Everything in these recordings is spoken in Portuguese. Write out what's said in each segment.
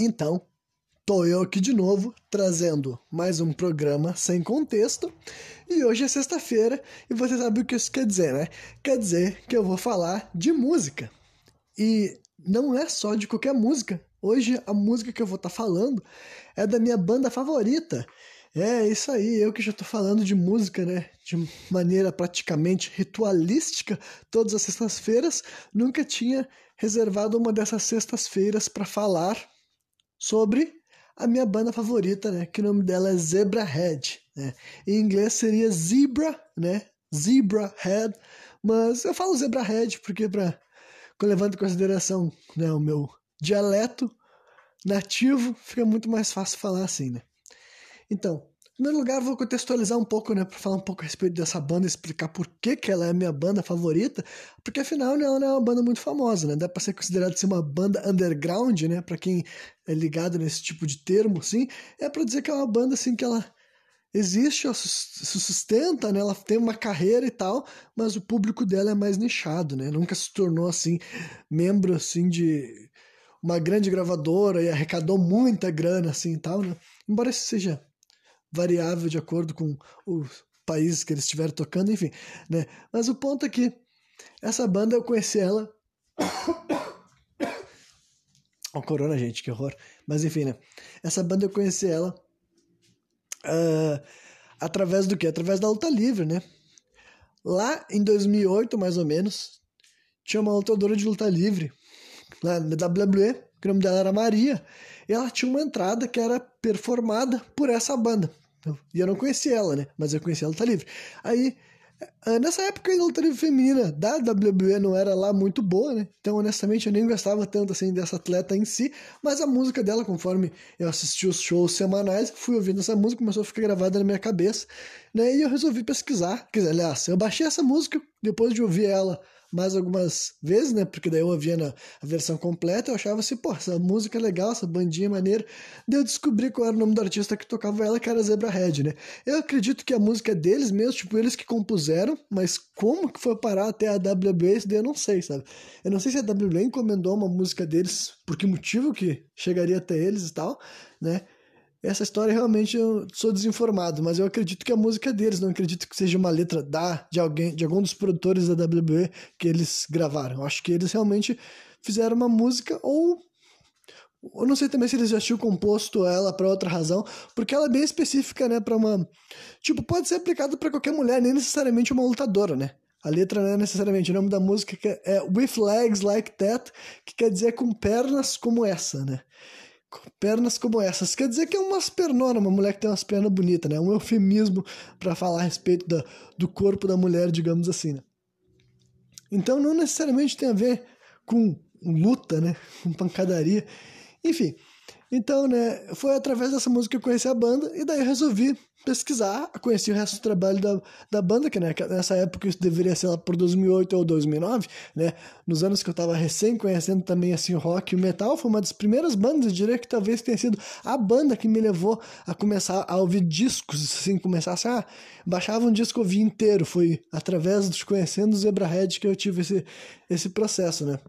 Então, tô eu aqui de novo, trazendo mais um programa sem contexto, e hoje é sexta-feira, e você sabe o que isso quer dizer, né? Quer dizer que eu vou falar de música, e não é só de qualquer música. Hoje a música que eu vou estar falando é da minha banda favorita. É isso aí, eu que já tô falando de música, né? De maneira praticamente ritualística, todas as sextas-feiras, nunca tinha reservado uma dessas sextas-feiras para falar sobre a minha banda favorita, né? Que o nome dela é Zebrahead, né? Em inglês seria Zebra, né? Zebrahead, mas eu falo Zebrahead porque levando em consideração, né, o meu dialeto nativo, fica muito mais fácil falar assim, né? Então, em primeiro lugar, eu vou contextualizar um pouco, né, para falar um pouco a respeito dessa banda, explicar por que ela é a minha banda favorita, porque afinal, né, ela não é uma banda muito famosa, né? Dá para ser considerado ser uma banda underground, né, para quem é ligado nesse tipo de termo, assim, é para dizer que é uma banda assim que ela existe, ela se sustenta, né? Ela tem uma carreira e tal, mas o público dela é mais nichado, né? Nunca se tornou assim membro assim de uma grande gravadora e arrecadou muita grana assim e tal, né? Embora isso seja variável de acordo com os países que eles estiverem tocando, enfim, né? Mas o ponto é que essa banda eu conheci ela. O Corona, gente, que horror. Mas enfim, né? Essa banda eu conheci ela através do quê? Através da luta livre, né? Lá em 2008, mais ou menos, tinha uma lutadora de luta livre lá na WWE, que o nome dela era Maria, e ela tinha uma entrada que era performada por essa banda. E eu não conhecia ela, né? Mas eu conhecia a luta livre. Aí, nessa época, a luta livre feminina da WWE não era lá muito boa, né? Então, honestamente, eu nem gostava tanto assim dessa atleta em si, mas a música dela, conforme eu assisti os shows semanais, fui ouvindo essa música, começou a ficar gravada na minha cabeça, né? E eu resolvi pesquisar. Quer dizer, aliás, eu baixei essa música depois de ouvir ela mais algumas vezes, né? Porque daí eu ouvia a versão completa, eu achava assim, pô, essa música é legal, essa bandinha é maneira. Daí eu descobri qual era o nome do artista que tocava ela, que era Zebrahead, né? Eu acredito que a música é deles mesmo, tipo, eles que compuseram, mas como que foi parar até a WWE, isso daí eu não sei, sabe? Eu não sei se a WWE encomendou uma música deles, por que motivo que chegaria até eles e tal, né? Essa história realmente eu sou desinformado, mas eu acredito que a música é deles, não acredito que seja uma letra de alguém, de algum dos produtores da WWE que eles gravaram. Eu acho que eles realmente fizeram uma música, ou eu não sei também se eles já tinham composto ela para outra razão, porque ela é bem específica, né, para uma, tipo, pode ser aplicada para qualquer mulher, nem necessariamente uma lutadora, né? A letra não é necessariamente, o nome da música é With Legs Like That, que quer dizer com pernas como essa, né? Pernas como essas. Quer dizer que é umas pernonas, uma mulher que tem umas pernas bonitas, né? Um eufemismo para falar a respeito do corpo da mulher, digamos assim, né? Então não necessariamente tem a ver com luta, né? Com pancadaria. Enfim, então, né, foi através dessa música que eu conheci a banda, e daí eu resolvi pesquisar, conheci o resto do trabalho da banda, que né, nessa época isso deveria ser lá por 2008 ou 2009, né, nos anos que eu tava recém conhecendo também, assim, o rock e o metal, foi uma das primeiras bandas, eu diria que talvez tenha sido a banda que me levou a começar a ouvir discos, assim, começar assim, baixava um disco, ouvia inteiro, foi através de conhecendo o Zebrahead que eu tive esse processo, né.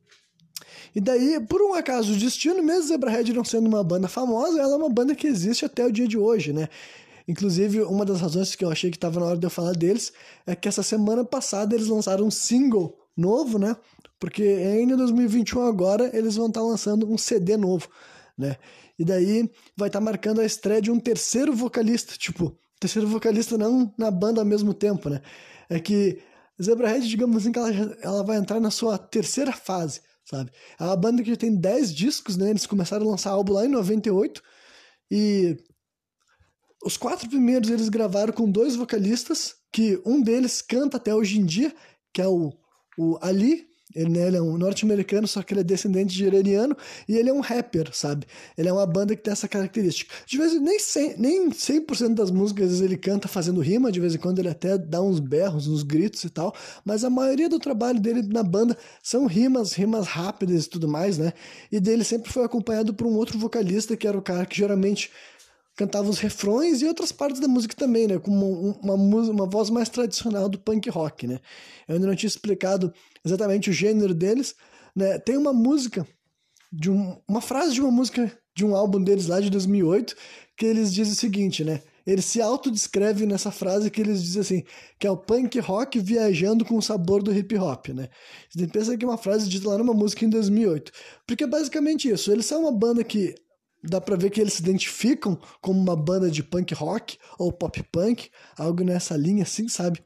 E daí, por um acaso do destino, mesmo Zebrahead não sendo uma banda famosa, ela é uma banda que existe até o dia de hoje, né? Inclusive, uma das razões que eu achei que estava na hora de eu falar deles é que essa semana passada eles lançaram um single novo, né? Porque ainda em 2021 agora eles vão estar lançando um CD novo, né? E daí vai estar marcando a estreia de um terceiro vocalista, tipo, terceiro vocalista não na banda ao mesmo tempo, né? É que Zebrahead, digamos assim, que ela vai entrar na sua terceira fase, sabe? É uma banda que já tem 10 discos, né? Eles começaram a lançar álbum lá em 98 e os 4 primeiros eles gravaram com 2 vocalistas, que um deles canta até hoje em dia, que é o Ali. Ele é um norte-americano, só que ele é descendente de iraniano, e ele é um rapper, sabe? Ele é uma banda que tem essa característica. De vez em quando, nem 100% das músicas às vezes ele canta fazendo rima, de vez em quando ele até dá uns berros, uns gritos e tal, mas a maioria do trabalho dele na banda são rimas rápidas e tudo mais, né? E dele sempre foi acompanhado por um outro vocalista, que era o cara que geralmente cantava os refrões e outras partes da música também, né? Com uma voz mais tradicional do punk rock, né? Eu ainda não tinha explicado exatamente o gênero deles, né? Tem uma música uma frase de uma música de um álbum deles lá de 2008, que eles dizem o seguinte, né? Eles se autodescrevem nessa frase que eles dizem assim, que é o punk rock viajando com o sabor do hip hop, né? Você pensa que é uma frase dita lá numa música em 2008. Porque é basicamente isso. Eles são uma banda que dá pra ver que eles se identificam como uma banda de punk rock ou pop punk, algo nessa linha assim, sabe?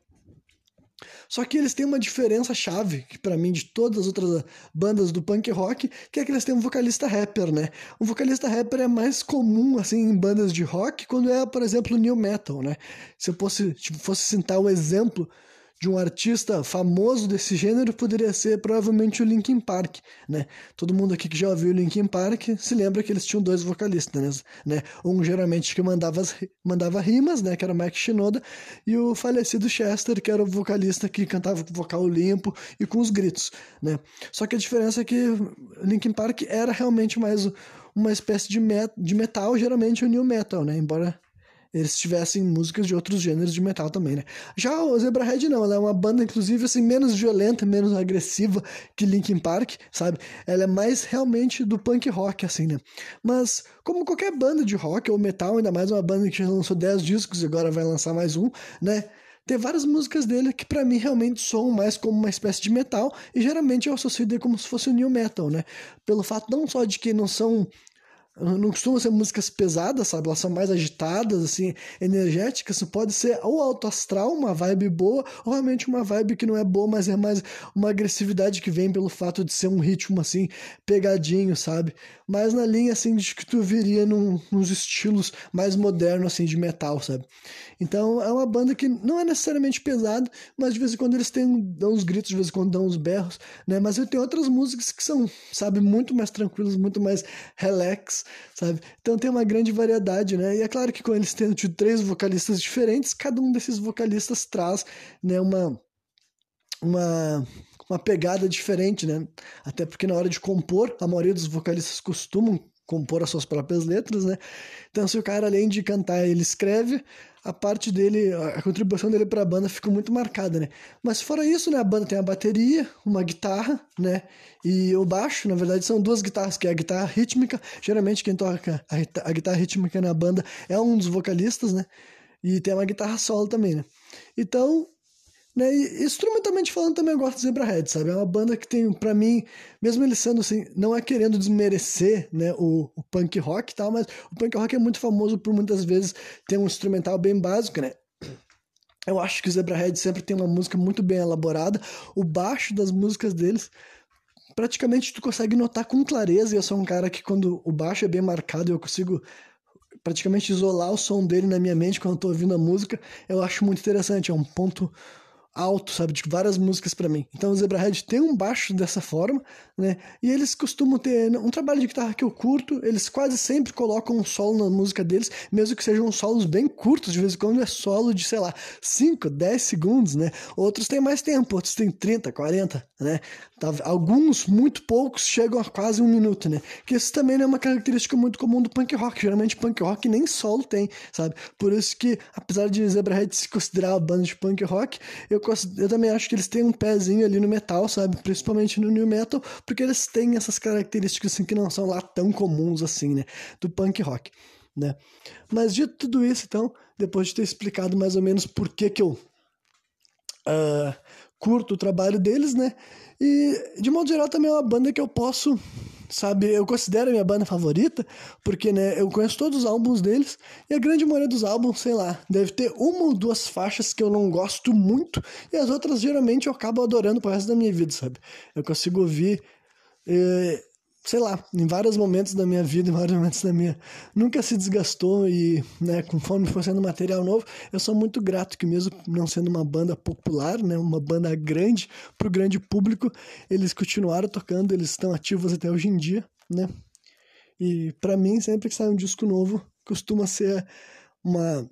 Só que eles têm uma diferença chave, que pra mim, de todas as outras bandas do punk rock, que é que eles têm um vocalista rapper, né? Um vocalista rapper é mais comum, assim, em bandas de rock, quando é, por exemplo, new metal, né? Se eu fosse citar o exemplo de um artista famoso desse gênero, poderia ser provavelmente o Linkin Park, né? Todo mundo aqui que já ouviu o Linkin Park se lembra que eles tinham dois vocalistas, né? Um geralmente que mandava rimas, né? Que era o Mike Shinoda, e o falecido Chester, que era o vocalista que cantava com vocal limpo e com os gritos, né? Só que a diferença é que o Linkin Park era realmente mais uma espécie de metal, geralmente o new metal, né? Embora eles tivessem músicas de outros gêneros de metal também, né? Já o Zebrahead não, ela é uma banda, inclusive, assim, menos violenta, menos agressiva que Linkin Park, sabe? Ela é mais realmente do punk rock, assim, né? Mas, como qualquer banda de rock ou metal, ainda mais uma banda que já lançou 10 discos e agora vai lançar mais um, né? Tem várias músicas dele que pra mim realmente soam mais como uma espécie de metal e geralmente eu associo ele como se fosse o new metal, né? Pelo fato não só de que não costumam ser músicas pesadas, sabe? Elas são mais agitadas, assim, energéticas. Pode ser ou alto astral, uma vibe boa, ou realmente uma vibe que não é boa, mas é mais uma agressividade que vem pelo fato de ser um ritmo, assim, pegadinho, sabe? Mais na linha, assim, de que tu viria nos estilos mais modernos, assim, de metal, sabe? Então, é uma banda que não é necessariamente pesada, mas de vez em quando eles dão uns gritos, de vez em quando dão uns berros, né? Mas eu tenho outras músicas que são, sabe, muito mais tranquilas, muito mais relax, sabe? Então tem uma grande variedade, né? E é claro que com eles tendo tido 3 vocalistas diferentes, cada um desses vocalistas traz, né, uma pegada diferente, né? Até porque na hora de compor, a maioria dos vocalistas costumam compor as suas próprias letras, né? Então se o cara, além de cantar, ele escreve, a parte dele, a contribuição dele para a banda fica muito marcada, né? Mas fora isso, né, a banda tem a bateria, uma guitarra, né, e o baixo. Na verdade são 2 guitarras, que é a guitarra rítmica. Geralmente quem toca a guitarra rítmica na banda é um dos vocalistas, né? E tem uma guitarra solo também, né? Então, né, e instrumentalmente falando também eu gosto do Zebrahead, sabe? É uma banda que tem, pra mim, mesmo ele sendo assim, não é querendo desmerecer, né, o punk rock e tal, mas o punk rock é muito famoso por muitas vezes ter um instrumental bem básico, né? Eu acho que o Zebrahead sempre tem uma música muito bem elaborada. O baixo das músicas deles, praticamente tu consegue notar com clareza, e eu sou um cara que quando o baixo é bem marcado, eu consigo praticamente isolar o som dele na minha mente quando eu tô ouvindo a música. Eu acho muito interessante, é um ponto alto, sabe, de várias músicas pra mim. Então o Zebrahead tem um baixo dessa forma, né? E eles costumam ter um trabalho de guitarra que eu curto. Eles quase sempre colocam um solo na música deles, mesmo que sejam solos bem curtos. De vez em quando é solo de, sei lá, 5, 10 segundos, né? Outros têm mais tempo, outros têm 30, 40, né? Alguns, muito poucos, chegam a quase 1 minuto, né? Que isso também não é uma característica muito comum do punk rock. Geralmente punk rock nem solo tem, sabe? Por isso que, apesar de Zebrahead se considerar uma banda de punk rock, eu também acho que eles têm um pezinho ali no metal, sabe? Principalmente no new metal, porque eles têm essas características assim que não são lá tão comuns assim, né? Do punk rock, né? Mas dito tudo isso, então, depois de ter explicado mais ou menos por que eu curto o trabalho deles, né? E de modo geral também é uma banda que eu posso, sabe, eu considero a minha banda favorita, porque, né, eu conheço todos os álbuns deles, e a grande maioria dos álbuns, sei lá, deve ter 1 ou 2 faixas que eu não gosto muito, e as outras geralmente eu acabo adorando pro resto da minha vida, sabe? Eu consigo ouvir, sei lá, em vários momentos da minha vida, em vários momentos da minha... Nunca se desgastou e, né, conforme for sendo material novo, eu sou muito grato que mesmo não sendo uma banda popular, né, uma banda grande, pro grande público, eles continuaram tocando, eles estão ativos até hoje em dia, né? E pra mim, sempre que sai um disco novo, costuma ser uma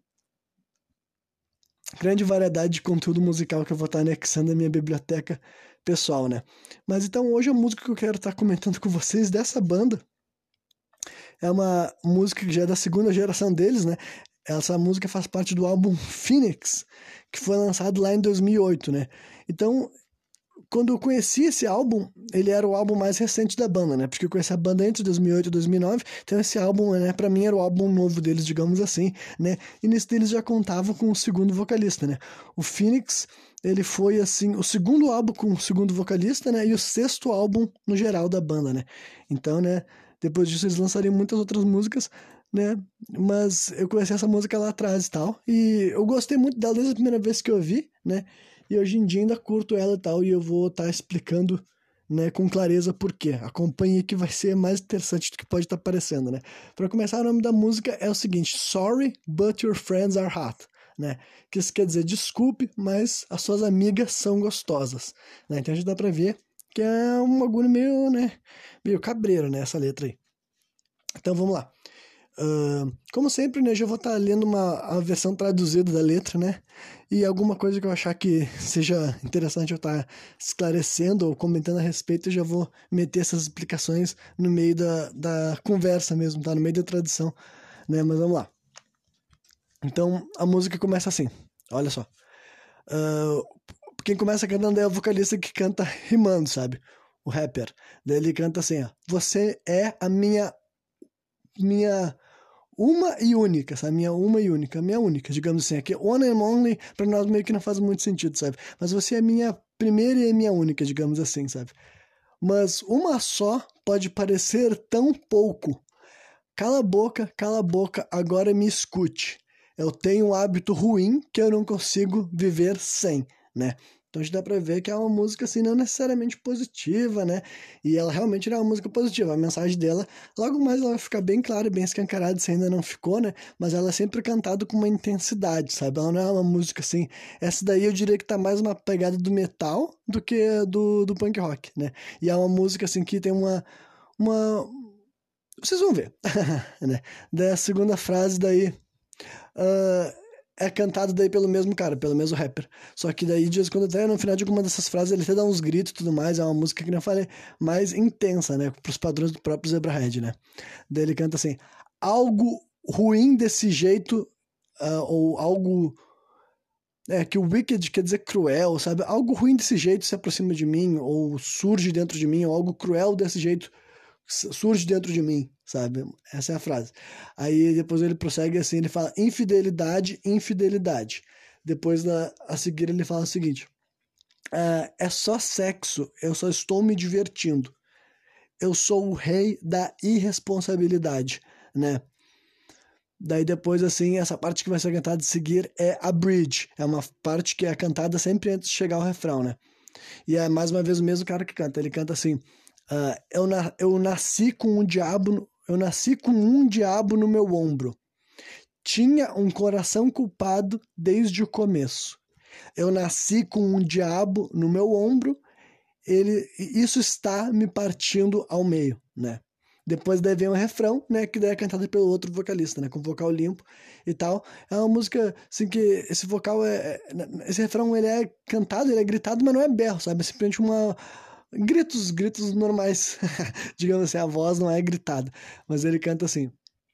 grande variedade de conteúdo musical que eu vou estar anexando à minha biblioteca pessoal, né? Mas então hoje a música que eu quero estar comentando com vocês dessa banda é uma música que já é da segunda geração deles, né? Essa música faz parte do álbum Phoenix, que foi lançado lá em 2008, né? Então, quando eu conheci esse álbum, ele era o álbum mais recente da banda, né? Porque eu conheci a banda entre 2008 e 2009, então esse álbum, né, pra mim era o álbum novo deles, digamos assim, né? E nesse deles já contava com o segundo vocalista, né? O Phoenix, ele foi, assim, o segundo álbum com o segundo vocalista, né? E o sexto álbum no geral da banda, né? Então, né, depois disso eles lançariam muitas outras músicas, né? Mas eu conheci essa música lá atrás e tal, e eu gostei muito dela desde a primeira vez que eu ouvi, né? E hoje em dia ainda curto ela e tal, e eu vou estar explicando, né, com clareza por quê. Acompanhe que vai ser mais interessante do que pode estar parecendo, né? Para começar, o nome da música é o seguinte: Sorry, but your friends are hot, né? Que isso quer dizer desculpe, mas as suas amigas são gostosas, né? Então a gente dá pra ver que é um bagulho meio, né, meio cabreiro, né, essa letra aí. Então vamos lá. Como sempre, né, eu já vou estar lendo a versão traduzida da letra, né? E alguma coisa que eu achar que seja interessante eu estar esclarecendo ou comentando a respeito, eu já vou meter essas explicações no meio da conversa mesmo, tá? No meio da tradução, né? Mas vamos lá. Então, a música começa assim, olha só. Ah, quem começa cantando é o vocalista que canta rimando, sabe? O rapper. Daí ele canta assim, ó: Você é a minha uma e única, sabe? Minha uma e única, minha única, digamos assim. Aqui, one and only, pra nós meio que não faz muito sentido, sabe? Mas você é minha primeira e minha única, digamos assim, sabe? Mas uma só pode parecer tão pouco. Cala a boca, agora me escute. Eu tenho um hábito ruim que eu não consigo viver sem, né? Então a gente dá pra ver que é uma música, assim, não necessariamente positiva, né? E ela realmente não é uma música positiva. A mensagem dela, logo mais ela vai ficar bem clara, bem escancarada, se ainda não ficou, né? Mas ela é sempre cantada com uma intensidade, sabe? Ela não é uma música, assim... Essa daí eu diria que tá mais uma pegada do metal do que do punk rock, né? E é uma música, assim, que tem uma... Vocês vão ver, né? Daí a segunda frase daí ah, é cantado daí pelo mesmo cara, pelo mesmo rapper. Só que daí, de vez em quando, até no final de alguma dessas frases, ele até dá uns gritos e tudo mais. É uma música que, nem eu falei, mais intensa, né? Pros padrões do próprio Zebrahead, né? Daí ele canta assim: algo ruim desse jeito, ou algo. É, que o wicked quer dizer cruel, sabe? Algo ruim desse jeito se aproxima de mim, ou surge dentro de mim, ou algo cruel desse jeito surge dentro de mim, sabe? Essa é a frase. Aí depois ele prossegue assim, ele fala infidelidade, infidelidade. Depois a seguir ele fala o seguinte: é só sexo, eu só estou me divertindo. Eu sou o rei da irresponsabilidade, né? Daí depois, assim, essa parte que vai ser cantada de seguir é a bridge. É uma parte que é cantada sempre antes de chegar ao refrão, né? E é mais uma vez o mesmo cara que canta. Ele canta assim: eu nasci com um diabo, eu nasci com um diabo no meu ombro. Tinha um coração culpado desde o começo. Eu nasci com um diabo no meu ombro. Isso está me partindo ao meio, né? Depois daí vem o refrão, né, que daí é cantado pelo outro vocalista, né, com vocal limpo e tal. É uma música, assim, que esse vocal esse refrão, ele é cantado, ele é gritado, mas não é berro, sabe? É simplesmente gritos normais, digamos assim, a voz não é gritada. Mas ele canta assim: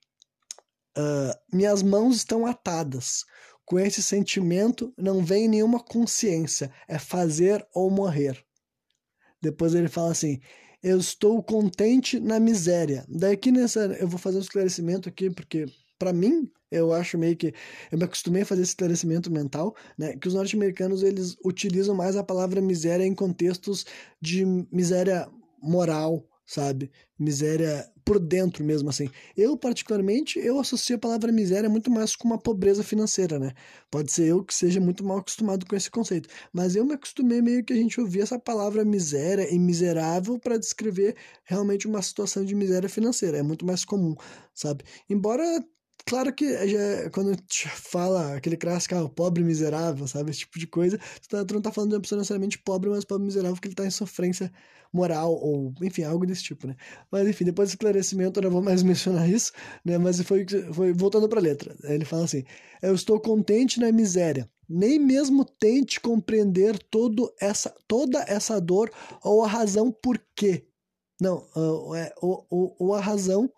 minhas mãos estão atadas. Com esse sentimento não vem nenhuma consciência, é fazer ou morrer. Depois ele fala assim: eu estou contente na miséria. Daí aqui eu vou fazer um esclarecimento aqui, porque para mim, eu acho meio que eu me acostumei a fazer esse esclarecimento mental, né, que os norte-americanos eles utilizam mais a palavra miséria em contextos de miséria moral, sabe? Miséria por dentro mesmo, assim. Eu, particularmente, eu associo a palavra miséria muito mais com uma pobreza financeira, né? Pode ser eu que seja muito mal acostumado com esse conceito, mas eu me acostumei meio que a gente ouvir essa palavra miséria e miserável para descrever realmente uma situação de miséria financeira. É muito mais comum, sabe? Embora claro que quando te fala aquele clássico, o pobre miserável, sabe? Esse tipo de coisa, tu não tá falando de uma pessoa necessariamente pobre, mas pobre miserável porque ele tá em sofrência moral, ou enfim, algo desse tipo, né? Mas enfim, depois do esclarecimento eu não vou mais mencionar isso, né? Mas foi voltando pra letra. Ele fala assim: eu estou contente na miséria. Nem mesmo tente compreender toda essa dor ou a razão por quê. Não, ou a razão.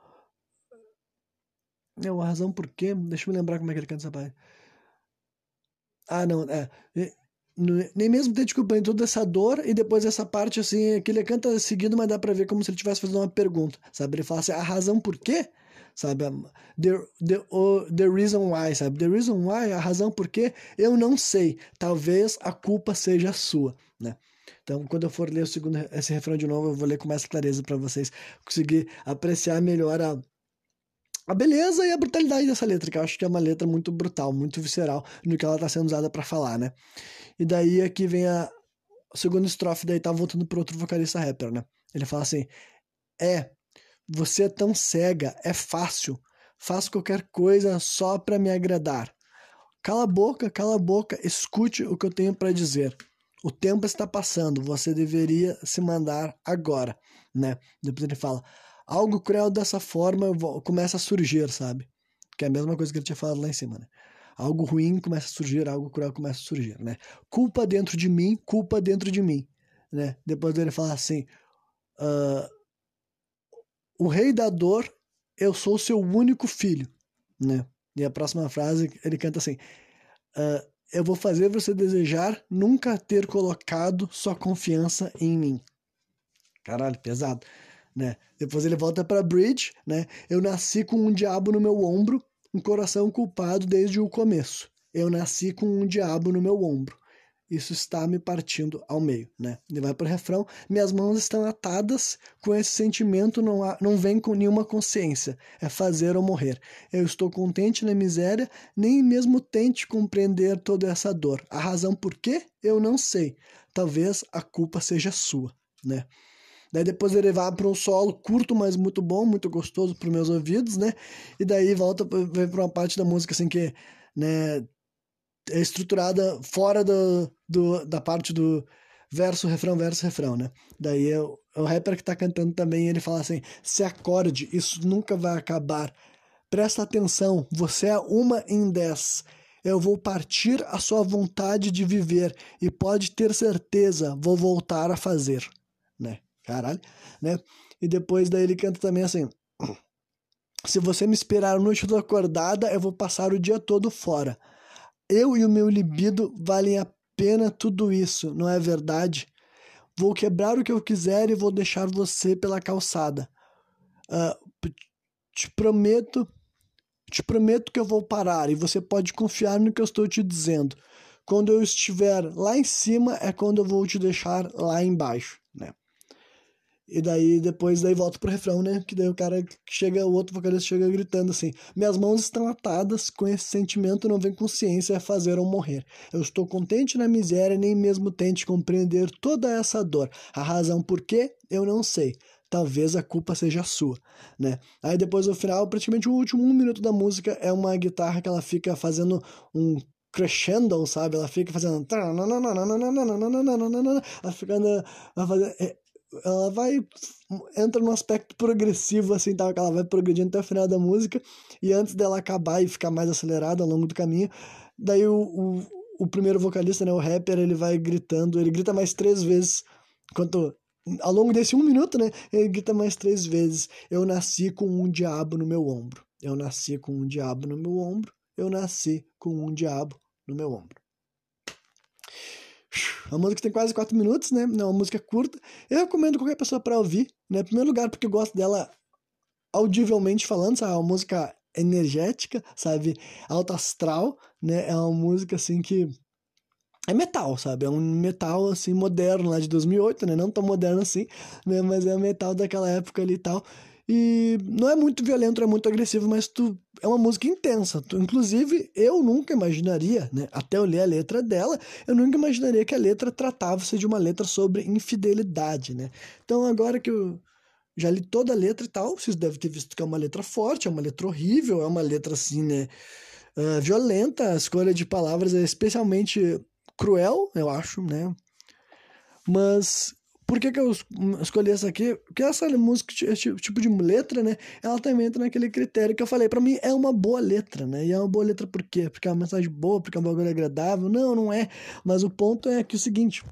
A razão por quê? Deixa eu me lembrar como é que ele canta essa parte. Ah, não, é. nem mesmo tente compreender toda essa dor, e depois essa parte, assim, que ele canta seguido, mas dá pra ver como se ele estivesse fazendo uma pergunta, sabe? Ele fala assim, a razão por quê? Sabe? The reason why, sabe? The reason why, a razão por quê, eu não sei. Talvez a culpa seja sua, né? Então, quando eu for ler esse refrão de novo, eu vou ler com mais clareza para vocês conseguir apreciar melhor a beleza e a brutalidade dessa letra, que eu acho que é uma letra muito brutal, muito visceral no que ela está sendo usada para falar, né? E daí aqui vem a segunda estrofe, daí tá voltando pro outro vocalista rapper, né? Ele fala assim, você é tão cega, é fácil, faço qualquer coisa só para me agradar. Cala a boca, escute o que eu tenho para dizer. O tempo está passando, você deveria se mandar agora, né? Depois ele fala, algo cruel dessa forma começa a surgir, sabe? Que é a mesma coisa que ele tinha falado lá em cima, né? Algo ruim começa a surgir, algo cruel começa a surgir, né? Culpa dentro de mim, né? Depois ele fala assim, o rei da dor, eu sou seu único filho, né? E a próxima frase, ele canta assim, eu vou fazer você desejar nunca ter colocado sua confiança em mim. Caralho, pesado, né? Depois ele volta pra Bridge, né? Eu nasci com um diabo no meu ombro, um coração culpado desde o começo. Eu nasci com um diabo no meu ombro. Isso está me partindo ao meio, né? Ele vai pro refrão. Minhas mãos estão atadas, com esse sentimento não vem com nenhuma consciência. É fazer ou morrer. Eu estou contente na miséria, nem mesmo tente compreender toda essa dor. A razão por quê? Eu não sei. Talvez a culpa seja sua, né? Daí depois ele vai para um solo curto, mas muito bom, muito gostoso para os meus ouvidos, né? E daí vem para uma parte da música assim que, né, é estruturada fora da parte do verso, refrão, né? Daí é o rapper que tá cantando também, ele fala assim, se acorde, isso nunca vai acabar. Presta atenção, você é 1 em 10. Eu vou partir a sua vontade de viver e pode ter certeza, vou voltar a fazer, né? Caralho, né? E depois daí ele canta também assim, se você me esperar a noite toda acordada, eu vou passar o dia todo fora. Eu e o meu libido valem a pena tudo isso, não é verdade? Vou quebrar o que eu quiser e vou deixar você pela calçada. Te prometo que eu vou parar e você pode confiar no que eu estou te dizendo. Quando eu estiver lá em cima é quando eu vou te deixar lá embaixo, né? E daí volta pro refrão, né? Que daí o outro vocalista chega gritando assim: minhas mãos estão atadas, com esse sentimento não vem consciência, é fazer ou morrer. Eu estou contente na miséria, nem mesmo tente compreender toda essa dor. A razão por quê? Eu não sei. Talvez a culpa seja sua, né? Aí depois no final, praticamente o último 1 minuto da música é uma guitarra que ela fica fazendo um crescendo, sabe? Ela fica fazendo ela fica ela vai entra num aspecto progressivo assim, tá? Ela vai progredindo até o final da música e antes dela acabar e ficar mais acelerada ao longo do caminho, daí o primeiro vocalista, né, o rapper, ele vai gritando, ele grita mais 3 vezes ao longo desse 1 minuto, né, ele grita mais 3 vezes: eu nasci com um diabo no meu ombro, eu nasci com um diabo no meu ombro, eu nasci com um diabo no meu ombro. A música tem quase 4 minutos, né? É uma música curta. Eu recomendo qualquer pessoa para ouvir, né? Em primeiro lugar, porque eu gosto dela audivelmente falando, sabe? É uma música energética, sabe? Alto astral, né? É uma música, assim, que é metal, sabe? É um metal, assim, moderno, lá de 2008, né? Não tão moderno assim, né? Mas é um metal daquela época ali e tal. E não é muito violento, não é muito agressivo, mas é uma música intensa. Inclusive, eu nunca imaginaria, né? Até eu ler a letra dela, eu nunca imaginaria que a letra tratava-se de uma letra sobre infidelidade, né? Então, agora que eu já li toda a letra e tal, vocês devem ter visto que é uma letra forte, é uma letra horrível, é uma letra, assim, né? Violenta, a escolha de palavras é especialmente cruel, eu acho, né? Mas por que eu escolhi essa aqui? Porque essa música, esse tipo de letra, né? Ela também entra naquele critério que eu falei. Pra mim é uma boa letra, né? E é uma boa letra por quê? Porque é uma mensagem boa, porque é um bagulho agradável? Não, não é. Mas o ponto é que é o seguinte: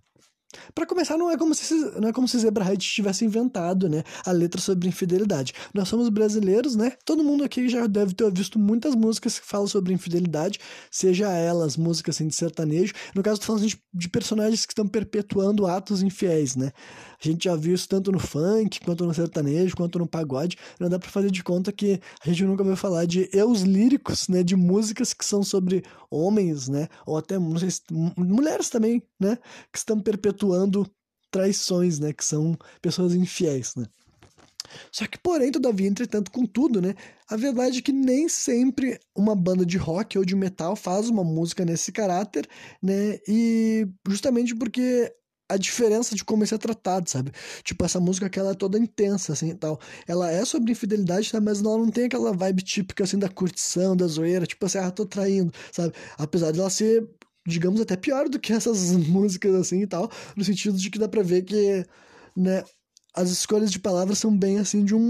Para começar, não é como se Zebrahead tivesse inventado, né, a letra sobre infidelidade. Nós somos brasileiros, né? Todo mundo aqui já deve ter visto muitas músicas que falam sobre infidelidade, seja elas músicas assim, de sertanejo. No caso, tô falando de personagens que estão perpetuando atos infiéis, né? A gente já viu isso tanto no funk, quanto no sertanejo, quanto no pagode. Não dá para fazer de conta que a gente nunca vai falar de eus líricos, né, de músicas que são sobre homens, né, ou até, não sei se, mulheres também, né, que estão perpetuando traições, né, que são pessoas infiéis, né. Só que, porém, todavia, entretanto, contudo, né, a verdade é que nem sempre uma banda de rock ou de metal faz uma música nesse caráter, né, e justamente porque a diferença de como isso é tratado, sabe? Tipo, essa música que ela é toda intensa, assim, e tal. Ela é sobre infidelidade, tá? Mas ela não tem aquela vibe típica, assim, da curtição, da zoeira, tipo assim, tô traindo, sabe? Apesar de ela ser, digamos, até pior do que essas músicas, assim, e tal, no sentido de que dá pra ver que, né, as escolhas de palavras são bem assim de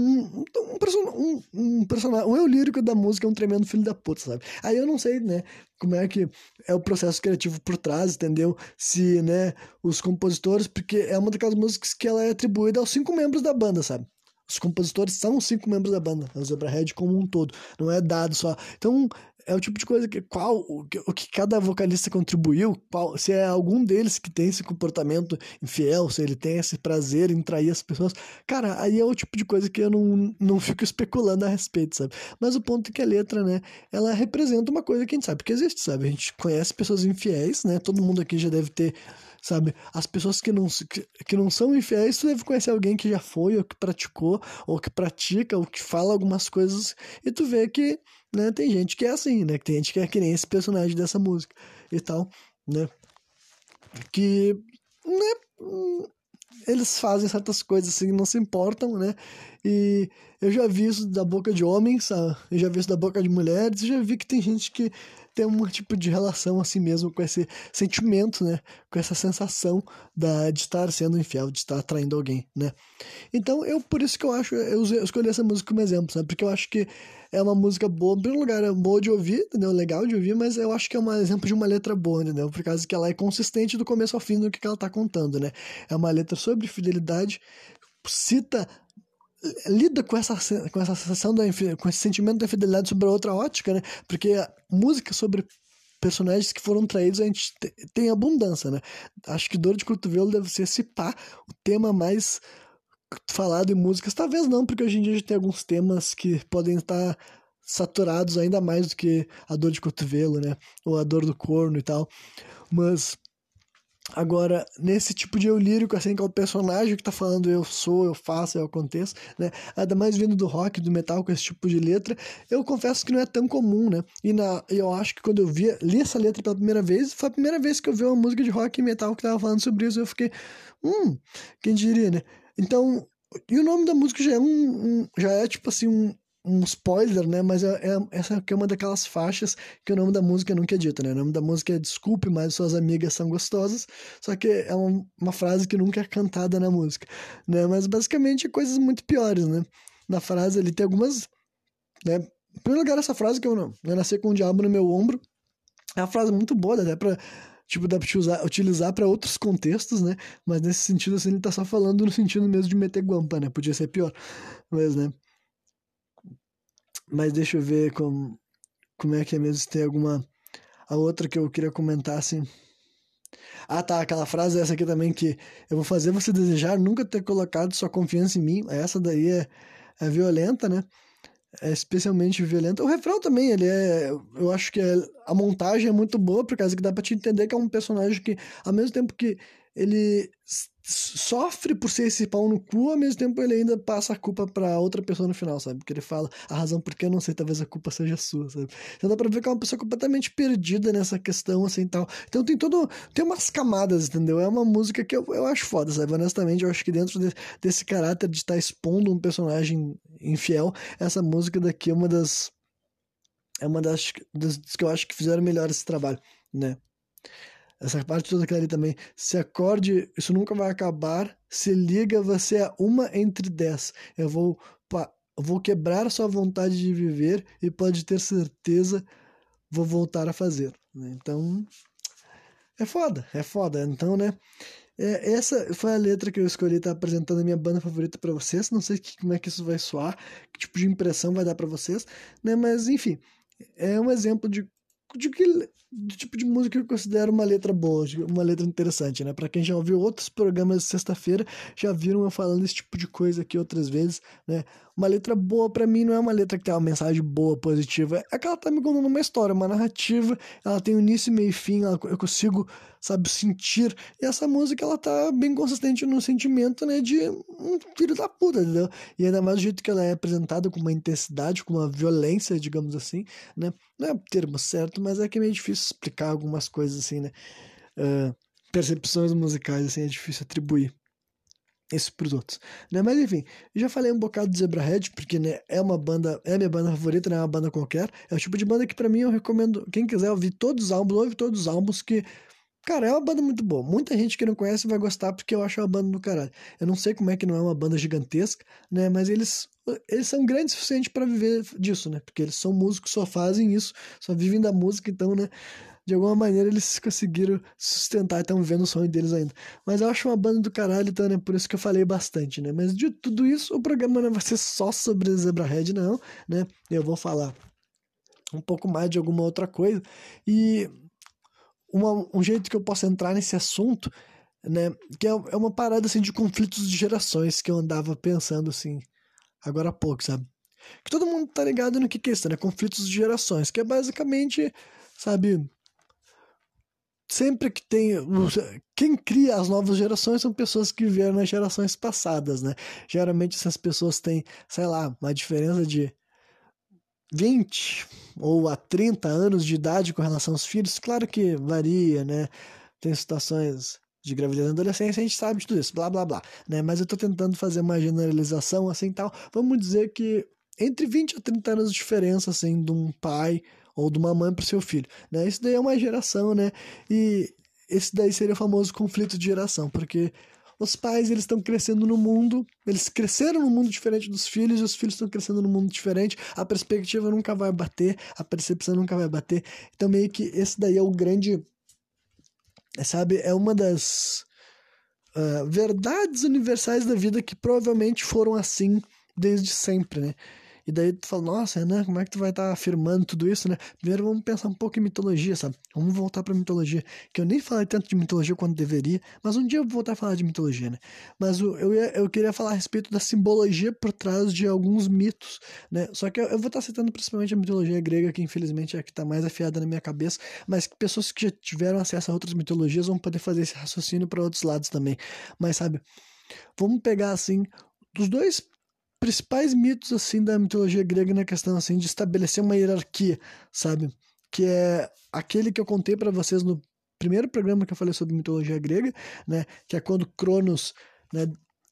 um personagem. O eu lírico da música é um tremendo filho da puta, sabe? Aí eu não sei, né, como é que é o processo criativo por trás, entendeu? Se, né, os compositores, porque é uma daquelas músicas que ela é atribuída aos 5 membros da banda, sabe? Os compositores são os 5 membros da banda, o Zebrahead como um todo, não é dado só. Então, é o tipo de coisa que o que cada vocalista contribuiu, se é algum deles que tem esse comportamento infiel, se ele tem esse prazer em trair as pessoas, cara, aí é o tipo de coisa que eu não fico especulando a respeito, sabe? Mas o ponto é que a letra, né, ela representa uma coisa que a gente sabe que existe, sabe? A gente conhece pessoas infiéis, né? Todo mundo aqui já deve ter, sabe? As pessoas que não são infiéis, tu deve conhecer alguém que já foi, ou que praticou, ou que pratica, ou que fala algumas coisas, e tu vê que, né, tem gente que é assim, né? Que tem gente que é que nem esse personagem dessa música e tal, né? Que, né, eles fazem certas coisas assim, não se importam, né? E eu já vi isso da boca de homens, eu já vi isso da boca de mulheres, eu já vi que tem gente que tem um tipo de relação assim mesmo com esse sentimento, né? Com essa sensação de estar sendo infiel, de estar traindo alguém, né? Então, por isso que eu escolhi essa música como exemplo, sabe? Porque eu acho que é uma música boa, em primeiro lugar, é boa de ouvir, entendeu? Legal de ouvir, mas eu acho que é um exemplo de uma letra boa, entendeu? Por causa que ela é consistente do começo ao fim do que ela tá contando, né? É uma letra sobre fidelidade, cita, lida com essa sensação com esse sentimento da fidelidade sobre a outra ótica, né? Porque a música sobre personagens que foram traídos a gente tem abundância, né? Acho que Dor de Cotovelo deve ser, se pá, o tema mais falado em músicas. Talvez não, porque hoje em dia a gente tem alguns temas que podem estar saturados ainda mais do que a dor de cotovelo, né? Ou a dor do corno e tal. Mas agora, nesse tipo de eu lírico, assim, que é o personagem que tá falando eu sou, eu faço, eu aconteço, né? Ainda mais vindo do rock, do metal, com esse tipo de letra, eu confesso que não é tão comum, né? Eu acho que quando eu li essa letra pela primeira vez, foi a primeira vez que eu vi uma música de rock e metal que tava falando sobre isso, eu fiquei, quem diria, né? Então, e o nome da música já é tipo assim, um spoiler, né? Mas essa aqui é uma daquelas faixas que o nome da música nunca é dito, né? O nome da música é Desculpe, mas suas amigas são gostosas. Só que é uma frase que nunca é cantada na música, né? Mas basicamente é coisas muito piores, né? Na frase ali tem algumas, né? Em primeiro lugar, essa frase que eu nasci com um diabo no meu ombro é uma frase muito boa, dá pra, tipo, dá pra utilizar pra outros contextos, né? Mas nesse sentido, assim, ele tá só falando no sentido mesmo de meter guampa, né? Podia ser pior, mas, né? Mas deixa eu ver como é que é mesmo, se tem alguma... A outra que eu queria comentar, assim... Ah, tá, aquela frase essa aqui também que eu vou fazer você desejar nunca ter colocado sua confiança em mim. Essa daí é violenta, né? É especialmente violenta. O refrão também, eu acho que a montagem é muito boa, por causa que dá pra te entender que é um personagem que, ao mesmo tempo que ele sofre por ser esse pau no cu, ao mesmo tempo ele ainda passa a culpa pra outra pessoa no final, sabe? Porque ele fala a razão por que eu não sei, talvez a culpa seja sua, sabe? Então dá pra ver que é uma pessoa completamente perdida nessa questão, assim, tal. Então tem umas camadas, entendeu? É uma música que eu acho foda, sabe? Honestamente, eu acho que dentro desse caráter de estar expondo um personagem infiel, essa música daqui é uma das que eu acho que fizeram melhor esse trabalho, né? Essa parte toda aquela ali também. Se acorde, isso nunca vai acabar. Se liga, você é uma entre 10. Eu vou quebrar a sua vontade de viver e pode ter certeza, vou voltar a fazer, né? Então, é foda, é foda. Então, né? Essa foi a letra que eu escolhi, tá apresentando a minha banda favorita pra vocês. Não sei como é que isso vai soar, que tipo de impressão vai dar pra vocês, né? Mas enfim, é um exemplo de tipo de música que eu considero uma letra boa, uma letra interessante, né? Pra quem já ouviu outros programas de sexta-feira, já viram eu falando esse tipo de coisa aqui outras vezes, né? Uma letra boa pra mim não é uma letra que tem uma mensagem boa, positiva, é que ela tá me contando uma história, uma narrativa, ela tem início, meio e fim, eu consigo, sabe, sentir. E essa música, ela tá bem consistente no sentimento, né, de um filho da puta, entendeu? E ainda mais do jeito que ela é apresentada, com uma intensidade, com uma violência, digamos assim, né? Não é o termo certo, mas é que é meio difícil explicar algumas coisas assim, né? Percepções musicais, assim, é difícil atribuir isso pros outros, né? Mas enfim, já falei um bocado do Zebrahead, porque, né, é uma banda, é a minha banda favorita, não é uma banda qualquer, é o tipo de banda que pra mim eu recomendo, quem quiser ouvir todos os álbuns, ouve todos os álbuns, que, cara, é uma banda muito boa. Muita gente que não conhece vai gostar porque eu acho uma banda do caralho. Eu não sei como é que não é uma banda gigantesca, né? Mas eles são grandes o suficiente pra viver disso, né? Porque eles são músicos, só fazem isso, só vivem da música, então, né? De alguma maneira eles conseguiram sustentar e estão vivendo o sonho deles ainda. Mas eu acho uma banda do caralho, então, né? Por isso que eu falei bastante, né? Mas de tudo isso, o programa não vai ser só sobre Zebrahead, não, né? Eu vou falar um pouco mais de alguma outra coisa. E um jeito que eu posso entrar nesse assunto, né? Que é uma parada assim de conflitos de gerações que eu andava pensando assim, agora há pouco, sabe? Que todo mundo tá ligado no que é isso, né? Conflitos de gerações, que é basicamente, sabe, sempre que tem. Quem cria as novas gerações são pessoas que vieram nas gerações passadas, né? Geralmente essas pessoas têm, sei lá, uma diferença de 20 ou a 30 anos de idade com relação aos filhos. Claro que varia, né? Tem situações de gravidez na adolescência, a gente sabe de tudo isso, blá blá blá, né? Mas eu tô tentando fazer uma generalização assim tal. Vamos dizer que entre 20 a 30 anos de diferença, assim, de um pai ou de uma mãe para o seu filho, né? Isso daí é uma geração, né? E esse daí seria o famoso conflito de geração, porque os pais, eles estão crescendo no mundo, eles cresceram num mundo diferente dos filhos, e os filhos estão crescendo num mundo diferente, a perspectiva nunca vai bater, a percepção nunca vai bater. Então, meio que esse daí é o grande, sabe, é uma das verdades universais da vida que provavelmente foram assim desde sempre, né? E daí tu fala, nossa, Renan, como é que tu vai estar afirmando tudo isso, né? Primeiro vamos pensar um pouco em mitologia, sabe? Vamos voltar pra mitologia, que eu nem falei tanto de mitologia quanto deveria, mas um dia eu vou voltar a falar de mitologia, né? Mas eu queria falar a respeito da simbologia por trás de alguns mitos, né? Só que eu vou estar citando principalmente a mitologia grega, que infelizmente é a que tá mais afiada na minha cabeça, mas que pessoas que já tiveram acesso a outras mitologias vão poder fazer esse raciocínio para outros lados também. Mas, sabe, vamos pegar, assim, dos dois principais mitos assim da mitologia grega na questão assim de estabelecer uma hierarquia, sabe? Que é aquele que eu contei para vocês no primeiro programa que eu falei sobre mitologia grega, né? Que é quando Cronos, né?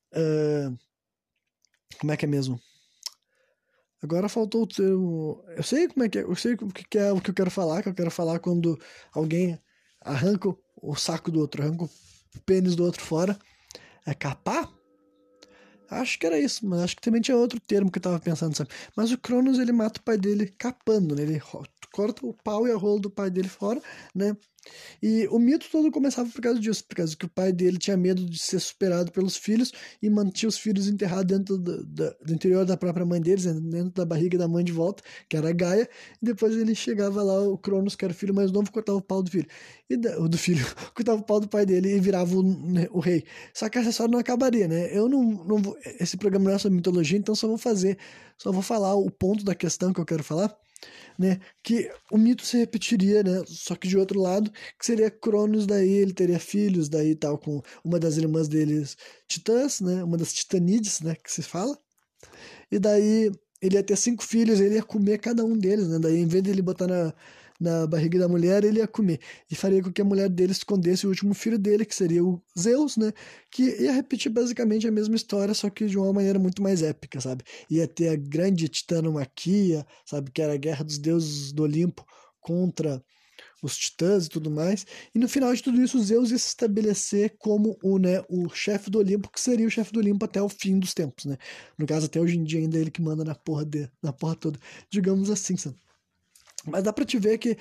Como é que é mesmo? Agora faltou o termo. Eu sei como é que é, eu sei o que é o que eu quero falar, que eu quero falar quando alguém arranca o saco do outro, arranca o pênis do outro fora. É capar? Acho que era isso, mas acho que também tinha outro termo que eu tava pensando, sabe? Mas o Cronos, ele mata o pai dele capando, né? Ele corta o pau e a rola do pai dele fora, né? E o mito todo começava por causa disso, por causa que o pai dele tinha medo de ser superado pelos filhos e mantinha os filhos enterrados dentro do interior da própria mãe deles, né, dentro da barriga da mãe de volta, que era a Gaia, e depois ele chegava lá, o Cronos, que era o filho mais novo, cortava o pau do filho, o do filho, cortava o pau do pai dele e virava né, o rei. Só que essa história não acabaria, né? Eu não vou, esse programa não é sobre mitologia, então só vou falar o ponto da questão que eu quero falar, né? Que o mito se repetiria, né? Só que de outro lado, que seria Cronos, daí ele teria filhos, daí tal, com uma das irmãs deles, Titãs, né? Uma das Titanides, né? Que se fala. E daí ele ia ter 5 filhos, ele ia comer cada um deles, né? Daí, em vez de ele botar na barriga da mulher, ele ia comer. E faria com que a mulher dele escondesse o último filho dele, que seria o Zeus, né? Que ia repetir basicamente a mesma história, só que de uma maneira muito mais épica, sabe? Ia ter a grande titanomaquia, sabe? Que era a guerra dos deuses do Olimpo contra os titãs e tudo mais. E no final de tudo isso, Zeus ia se estabelecer como o chefe do Olimpo, que seria o chefe do Olimpo até o fim dos tempos, né? No caso, até hoje em dia ainda é ele que manda na porra toda. Digamos assim, sabe? Mas dá pra te ver que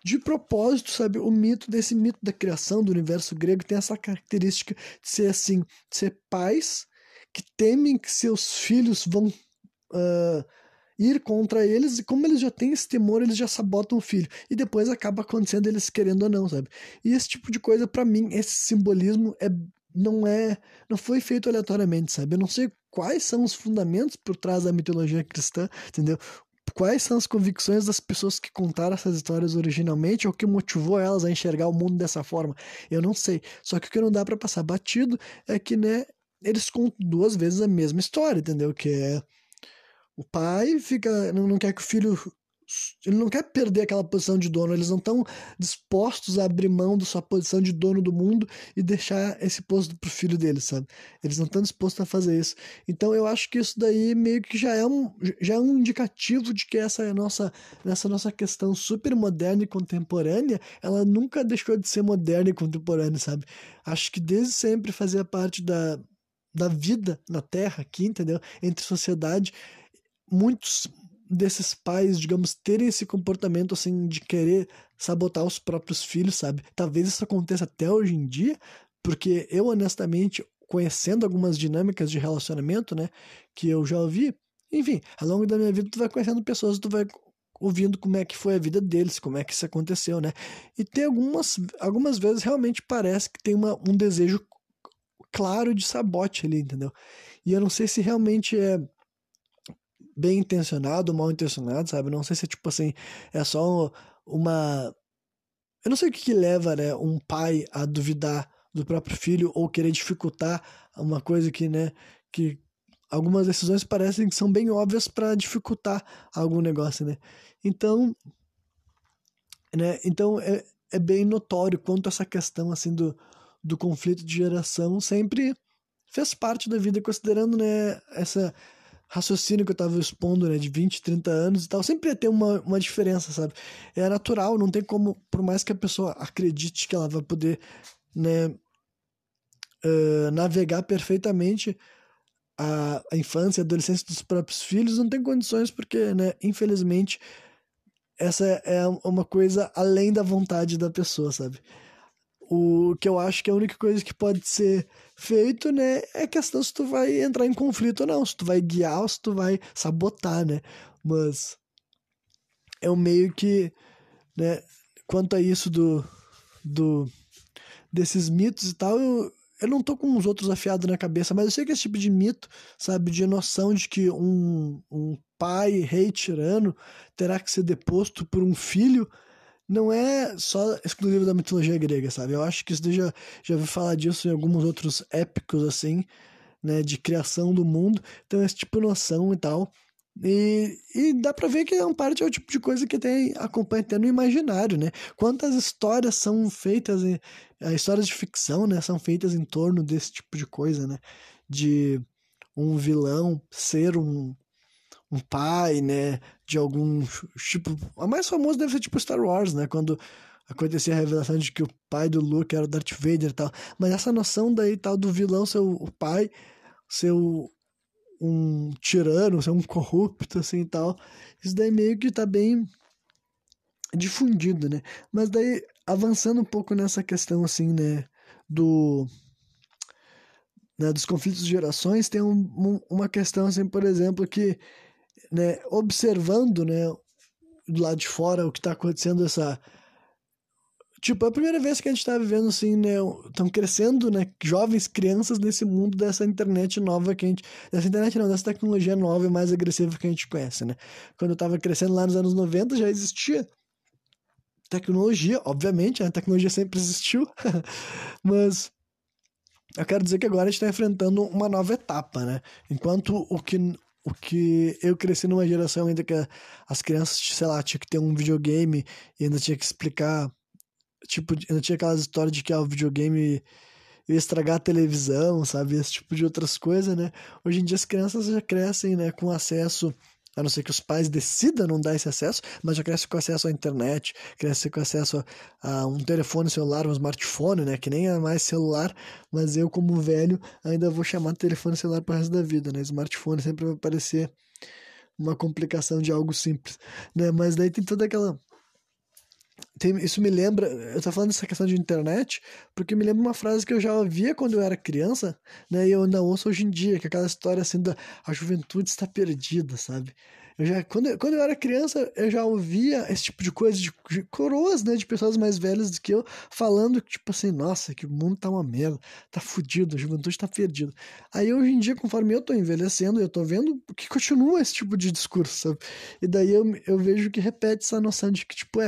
de propósito, sabe? Desse mito da criação do universo grego tem essa característica de ser assim, de ser pais que temem que seus filhos vão ir contra eles, e como eles já têm esse temor, eles já sabotam o filho. E depois acaba acontecendo eles querendo ou não, sabe? E esse tipo de coisa, pra mim, esse simbolismo não foi feito aleatoriamente, sabe? Eu não sei quais são os fundamentos por trás da mitologia cristã, entendeu? Quais são as convicções das pessoas que contaram essas histórias originalmente, ou que motivou elas a enxergar o mundo dessa forma? Eu não sei. Só que o que não dá pra passar batido é que, né, eles contam duas vezes a mesma história, entendeu? Que é o pai não quer que o filho. Ele não quer perder aquela posição de dono, eles não estão dispostos a abrir mão da sua posição de dono do mundo e deixar esse posto pro filho deles, sabe? Eles não estão dispostos a fazer isso. Então eu acho que isso daí meio que já é um indicativo de que nessa nossa questão super moderna e contemporânea, ela nunca deixou de ser moderna e contemporânea, sabe? Acho que desde sempre fazia parte da vida na Terra aqui, entendeu? Entre sociedade, muitos desses pais, digamos, terem esse comportamento assim de querer sabotar os próprios filhos, sabe? Talvez isso aconteça até hoje em dia, porque eu honestamente, conhecendo algumas dinâmicas de relacionamento, né, que eu já ouvi, enfim, ao longo da minha vida tu vai conhecendo pessoas, tu vai ouvindo como é que foi a vida deles, como é que isso aconteceu, né? E tem algumas vezes realmente parece que tem um desejo claro de sabote ali, entendeu? E eu não sei se realmente é bem intencionado ou mal intencionado, sabe? Não sei se, tipo assim, é só uma. Eu não sei o que leva, né, um pai a duvidar do próprio filho ou querer dificultar uma coisa que, né, que algumas decisões parecem que são bem óbvias para dificultar algum negócio, né? Então, então é bem notório quanto essa questão, assim, do conflito de geração sempre fez parte da vida, considerando, né, essa raciocínio que eu tava expondo, né, de 20, 30 anos e tal, sempre ia ter uma diferença, sabe? É natural, não tem como, por mais que a pessoa acredite que ela vai poder, né, navegar perfeitamente a infância e a adolescência dos próprios filhos, não tem condições porque, né, infelizmente, essa é uma coisa além da vontade da pessoa, sabe? O que eu acho que a única coisa que pode ser feito, né, é questão se tu vai entrar em conflito ou não, se tu vai guiar ou se tu vai sabotar, né? Mas eu meio que, né, quanto a isso do desses mitos e tal, eu não tô com os outros afiados na cabeça, mas eu sei que esse tipo de mito, sabe, de noção de que um pai, rei tirano, terá que ser deposto por um filho, não é só exclusivo da mitologia grega, sabe? Eu acho que isso daí já ouvi falar disso em alguns outros épicos, assim, né, de criação do mundo. Então, esse tipo de noção e tal. E dá pra ver que é um parte é o tipo de coisa que acompanha até no imaginário, né? Quantas histórias são feitas, histórias de ficção, né, são feitas em torno desse tipo de coisa, né? De um vilão ser um pai, né, de algum tipo, a mais famosa deve ser tipo Star Wars, né, quando acontecia a revelação de que o pai do Luke era o Darth Vader e tal, mas essa noção daí tal do vilão ser o pai, ser um tirano, ser um corrupto assim e tal, isso daí meio que tá bem difundido, né, mas daí avançando um pouco nessa questão assim, do dos conflitos de gerações, tem uma questão assim, por exemplo, que, né, observando, né, do lado de fora o que tá acontecendo tipo, é a primeira vez que a gente tá vivendo assim, né, estão crescendo, né, jovens crianças nesse mundo dessa internet nova dessa internet não, dessa tecnologia nova e mais agressiva que a gente conhece, né. Quando eu tava crescendo lá nos anos 90 já existia tecnologia, obviamente, a tecnologia sempre existiu, mas eu quero dizer que agora a gente está enfrentando uma nova etapa, né? Enquanto o que eu cresci numa geração ainda que as crianças, sei lá, tinha que ter um videogame e ainda tinha que explicar, tipo, ainda tinha aquelas histórias de que o videogame ia estragar a televisão, sabe? Esse tipo de outras coisas, né? Hoje em dia as crianças já crescem, né, com acesso, a não ser que os pais decidam não dar esse acesso, mas já crescem com acesso à internet, crescem com acesso a um telefone celular, um smartphone, né? Que nem é mais celular, mas eu, como velho, ainda vou chamar de telefone celular pro resto da vida, né? Smartphone sempre vai parecer uma complicação de algo simples, né? Mas daí tem toda Isso me lembra, eu tô falando dessa questão de internet, porque me lembra uma frase que eu já ouvia quando eu era criança, né, e eu ainda ouço hoje em dia, que é aquela história assim da a juventude está perdida, sabe? Quando eu era criança, eu já ouvia esse tipo de coisa de coroas, né, de pessoas mais velhas do que eu, falando, tipo assim, nossa, que o mundo tá uma merda, tá fudido, a juventude tá perdida. Aí hoje em dia, conforme eu tô envelhecendo, eu tô vendo que continua esse tipo de discurso, sabe? E daí eu vejo que repete essa noção de que, tipo,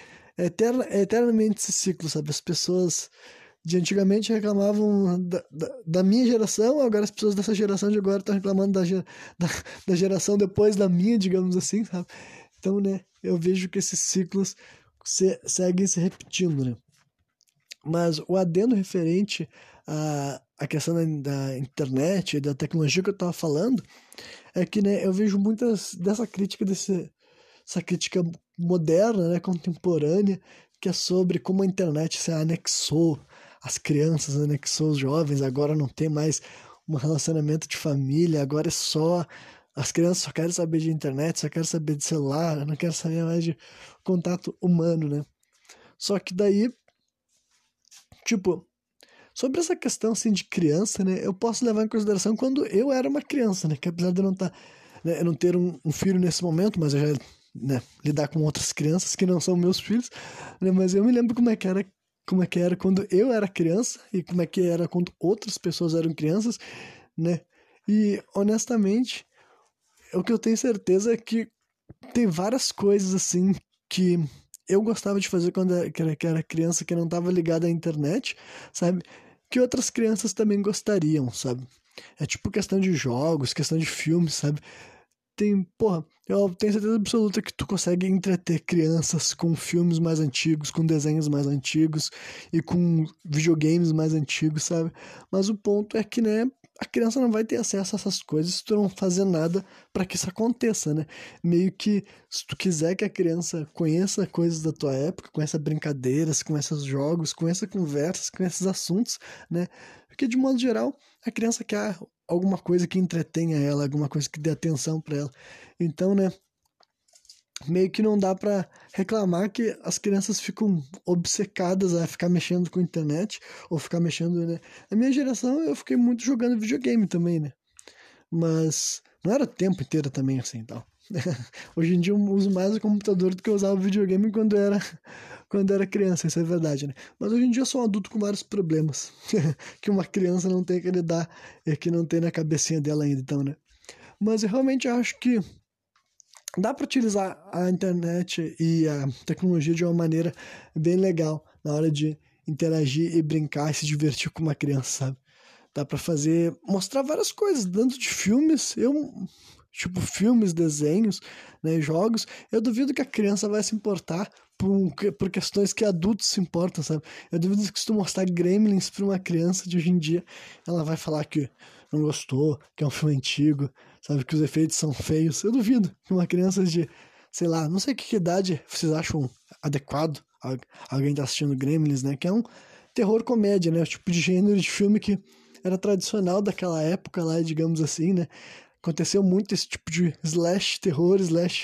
é eternamente esse ciclo, sabe? As pessoas de antigamente reclamavam da minha geração, agora as pessoas dessa geração de agora estão reclamando da, da geração depois da minha, digamos assim, sabe? Então, né, eu vejo que esses ciclos seguem se repetindo, né? Mas o adendo referente à questão da internet e da tecnologia que eu estava falando é que, né, eu vejo muitas dessa crítica essa crítica moderna, né, contemporânea, que é sobre como a internet se anexou às crianças, anexou os jovens, agora não tem mais um relacionamento de família, agora é só as crianças só querem saber de internet, só querem saber de celular, não querem saber mais de contato humano, né? Só que daí, tipo, sobre essa questão assim de criança, né, eu posso levar em consideração quando eu era uma criança, né, que apesar de eu não né, eu não ter um filho nesse momento, mas eu já, né, lidar com outras crianças que não são meus filhos, né, mas eu me lembro como é que era quando eu era criança e como é que era quando outras pessoas eram crianças, né? E honestamente, o que eu tenho certeza é que tem várias coisas assim que eu gostava de fazer quando que era criança, que não estava ligada à internet, sabe? Que outras crianças também gostariam, sabe? É tipo questão de jogos, questão de filmes, sabe? Porra, eu tenho certeza absoluta que tu consegue entreter crianças com filmes mais antigos, com desenhos mais antigos e com videogames mais antigos, sabe? Mas o ponto é que, né, a criança não vai ter acesso a essas coisas se tu não fazer nada para que isso aconteça, né? Meio que se tu quiser que a criança conheça coisas da tua época, conheça brincadeiras, conheça jogos, conheça conversas, conheça esses assuntos, né? Porque de modo geral, a criança quer alguma coisa que entretenha ela, alguma coisa que dê atenção para ela. Então, né, meio que não dá para reclamar que as crianças ficam obcecadas a ficar mexendo com a internet ou ficar mexendo, né? Na minha geração eu fiquei muito jogando videogame também, né? Mas não era o tempo inteiro também assim, então. Hoje em dia eu uso mais o computador do que eu usava o videogame quando era criança, isso é verdade, né? Mas hoje em dia eu sou um adulto com vários problemas que uma criança não tem que lidar e que não tem na cabecinha dela ainda, então, né? Mas eu realmente acho que dá para utilizar a internet e a tecnologia de uma maneira bem legal na hora de interagir e brincar e se divertir com uma criança, sabe? Dá para fazer, mostrar várias coisas, tanto de filmes, tipo filmes, desenhos, né, jogos. Eu duvido que a criança vai se importar por questões que adultos se importam, sabe? Eu duvido que se tu mostrar Gremlins para uma criança de hoje em dia, ela vai falar que não gostou, que é um filme antigo, sabe, que os efeitos são feios. Eu duvido que uma criança de, sei lá, não sei que idade vocês acham adequado alguém tá assistindo Gremlins, né? Que é um terror comédia, né? O tipo de gênero de filme que era tradicional daquela época lá, digamos assim, né? Aconteceu muito esse tipo de slash terror,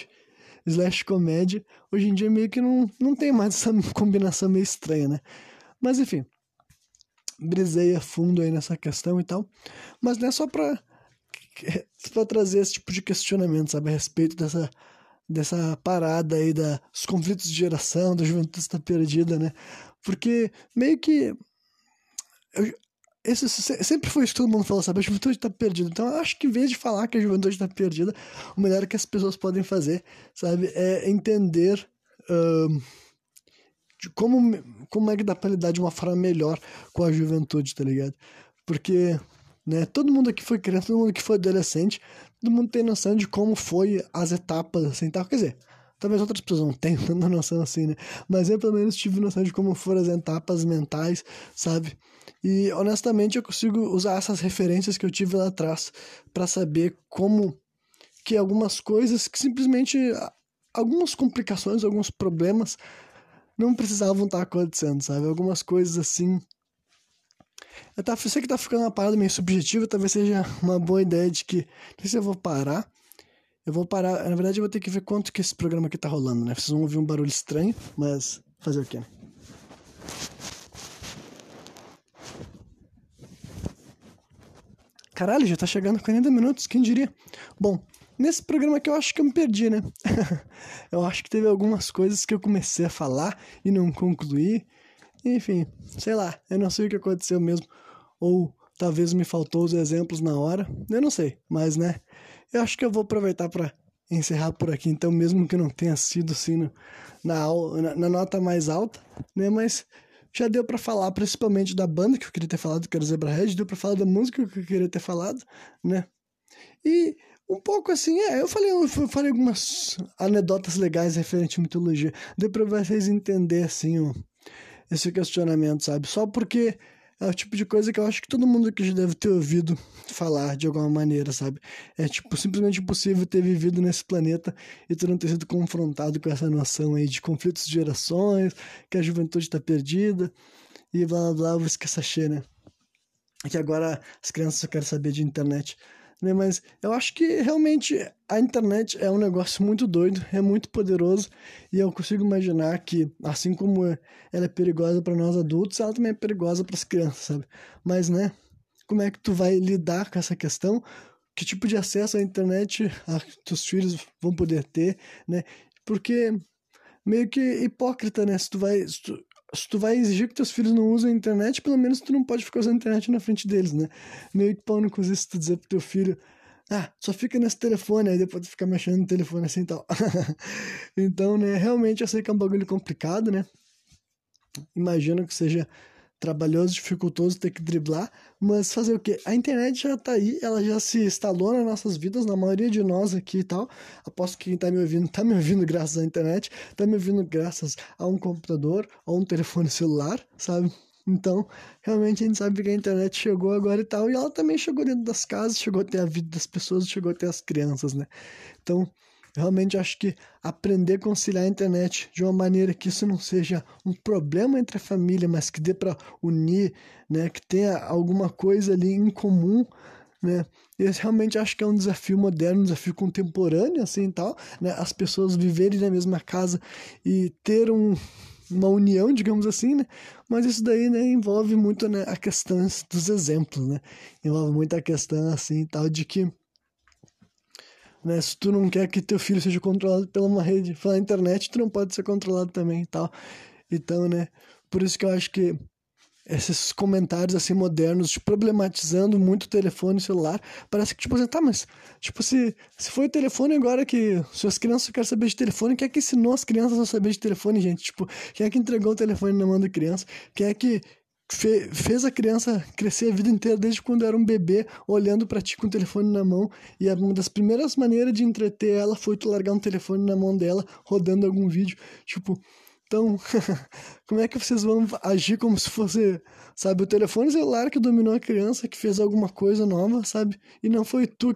slash comédia. Hoje em dia meio que não tem mais essa combinação meio estranha, né? Mas enfim, brisei a fundo aí nessa questão e tal. Mas não é só pra trazer esse tipo de questionamento, sabe? A respeito dessa parada aí dos conflitos de geração, da juventude está perdida, né? Porque meio que sempre foi isso que todo mundo falou, sabe? A juventude está perdida. Então, eu acho que em vez de falar que a juventude está perdida, o melhor que as pessoas podem fazer, sabe? É entender de como é que dá pra lidar de uma forma melhor com a juventude, tá ligado? Porque, né, todo mundo aqui foi criança, todo mundo aqui foi adolescente, todo mundo tem noção de como foi as etapas, assim, tal. Quer dizer, talvez outras pessoas não tenham tanta noção assim, né? Mas eu, pelo menos, tive noção de como foram as etapas mentais, sabe? E, honestamente, eu consigo usar essas referências que eu tive lá atrás pra saber como que algumas coisas que simplesmente... Algumas complicações, alguns problemas não precisavam estar acontecendo, sabe? Algumas coisas assim... Eu sei que tá ficando uma parada meio subjetiva, talvez seja uma boa ideia de que... Não sei se eu vou parar. Eu vou parar... Na verdade, eu vou ter que ver quanto que esse programa aqui tá rolando, né? Vocês vão ouvir um barulho estranho, mas... Fazer o quê, né? Caralho, já tá chegando a 40 minutos, quem diria? Bom, nesse programa aqui eu acho que eu me perdi, né? Eu acho que teve algumas coisas que eu comecei a falar e não concluí. Enfim, sei lá, eu não sei o que aconteceu mesmo. Ou talvez me faltou os exemplos na hora, eu não sei. Mas, né, eu acho que eu vou aproveitar pra encerrar por aqui, então, mesmo que não tenha sido assim na nota mais alta, né? Mas já deu pra falar principalmente da banda que eu queria ter falado, que era o Zebrahead, deu pra falar da música que eu queria ter falado, né? E um pouco assim, eu falei algumas anedotas legais referente à mitologia. Deu pra vocês entenderem, assim, esse questionamento, sabe? Só porque é o tipo de coisa que eu acho que todo mundo aqui já deve ter ouvido falar de alguma maneira, sabe? É, tipo, simplesmente impossível ter vivido nesse planeta e tu não ter sido confrontado com essa noção aí de conflitos de gerações, que a juventude tá perdida e blá blá blá, vou esquecer, né? Que agora as crianças só querem saber de internet, né? Mas eu acho que realmente a internet é um negócio muito doido, é muito poderoso, e eu consigo imaginar que, assim como ela é perigosa para nós adultos, ela também é perigosa para as crianças, sabe? Mas, né, como é que tu vai lidar com essa questão? Que tipo de acesso à internet teus filhos vão poder ter, né? Porque meio que hipócrita, né? Se tu vai exigir que teus filhos não usem a internet, pelo menos tu não pode ficar usando a internet na frente deles, né? Meio que pau no cu se tu dizer pro teu filho, só fica nesse telefone, aí depois tu fica mexendo no telefone assim e tal. Então, né, realmente eu sei que é um bagulho complicado, né? Imagino que seja trabalhoso, dificultoso ter que driblar, mas fazer o quê? A internet já tá aí, ela já se instalou nas nossas vidas, na maioria de nós aqui e tal. Aposto que quem tá me ouvindo graças à internet, tá me ouvindo graças a um computador, a um telefone celular, sabe? Então, realmente a gente sabe que a internet chegou agora e tal, e ela também chegou dentro das casas, chegou até a vida das pessoas, chegou até as crianças, né? Então, realmente acho que aprender a conciliar a internet de uma maneira que isso não seja um problema entre a família, mas que dê para unir, né, que tenha alguma coisa ali em comum, né? Eu realmente acho que é um desafio moderno, um desafio contemporâneo, assim e tal, né? As pessoas viverem na mesma casa e ter uma união, digamos assim, né? Mas isso daí, né, envolve muito, né, a questão dos exemplos, né? Envolve muito a questão, assim, tal, de que, né, se tu não quer que teu filho seja controlado pela uma rede, pela internet, tu não pode ser controlado também e tal. Então, né, por isso que eu acho que esses comentários, assim, modernos, de problematizando muito o telefone e celular, parece que, tipo assim, tá, mas, tipo, se foi o telefone agora que suas crianças querem saber de telefone, quem é que ensinou as crianças a saber de telefone, gente? Tipo, quem é que entregou o telefone na mão da criança? Quem é que fez a criança crescer a vida inteira, desde quando era um bebê, olhando pra ti com o telefone na mão, e uma das primeiras maneiras de entreter ela foi tu largar um telefone na mão dela, rodando algum vídeo, tipo... Então, como é que vocês vão agir como se fosse, sabe, o telefone celular que dominou a criança, que fez alguma coisa nova, sabe? E não foi tu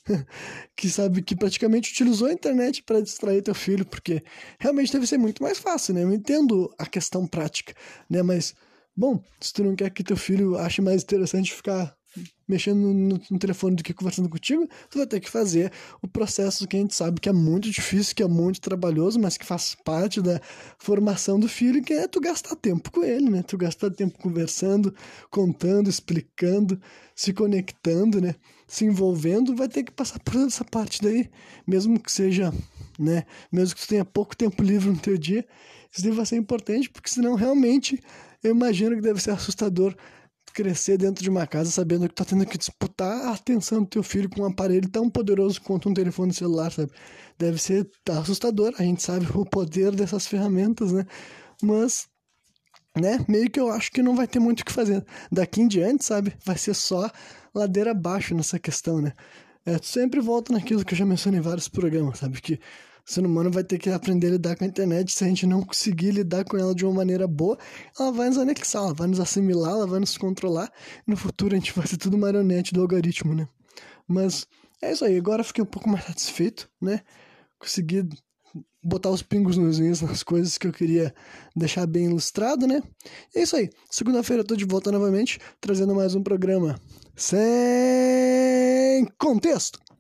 que sabe, que praticamente utilizou a internet para distrair teu filho, porque realmente deve ser muito mais fácil, né? Eu entendo a questão prática, né? Mas, bom, se tu não quer que teu filho ache mais interessante ficar mexendo no telefone do que conversando contigo, tu vai ter que fazer o processo que a gente sabe que é muito difícil, que é muito trabalhoso, mas que faz parte da formação do filho, que é tu gastar tempo com ele, né? Tu gastar tempo conversando, contando, explicando, se conectando, né? Se envolvendo, vai ter que passar por essa parte daí, mesmo que seja, né? Mesmo que tu tenha pouco tempo livre no teu dia, isso daí vai ser importante, porque senão realmente eu imagino que deve ser assustador crescer dentro de uma casa sabendo que tá tendo que disputar a atenção do teu filho com um aparelho tão poderoso quanto um telefone celular, sabe? Deve ser assustador, a gente sabe o poder dessas ferramentas, né? Mas, né, meio que eu acho que não vai ter muito o que fazer. Daqui em diante, sabe? Vai ser só ladeira abaixo nessa questão, né? Tu sempre volta naquilo que eu já mencionei em vários programas, sabe? Que o ser humano vai ter que aprender a lidar com a internet. Se a gente não conseguir lidar com ela de uma maneira boa, ela vai nos anexar, ela vai nos assimilar, ela vai nos controlar. E no futuro a gente vai ser tudo marionete do algoritmo, né? Mas é isso aí. Agora eu fiquei um pouco mais satisfeito, né? Consegui botar os pingos nos is nas coisas que eu queria deixar bem ilustrado, né? E é isso aí. Segunda-feira eu tô de volta novamente, trazendo mais um programa sem contexto.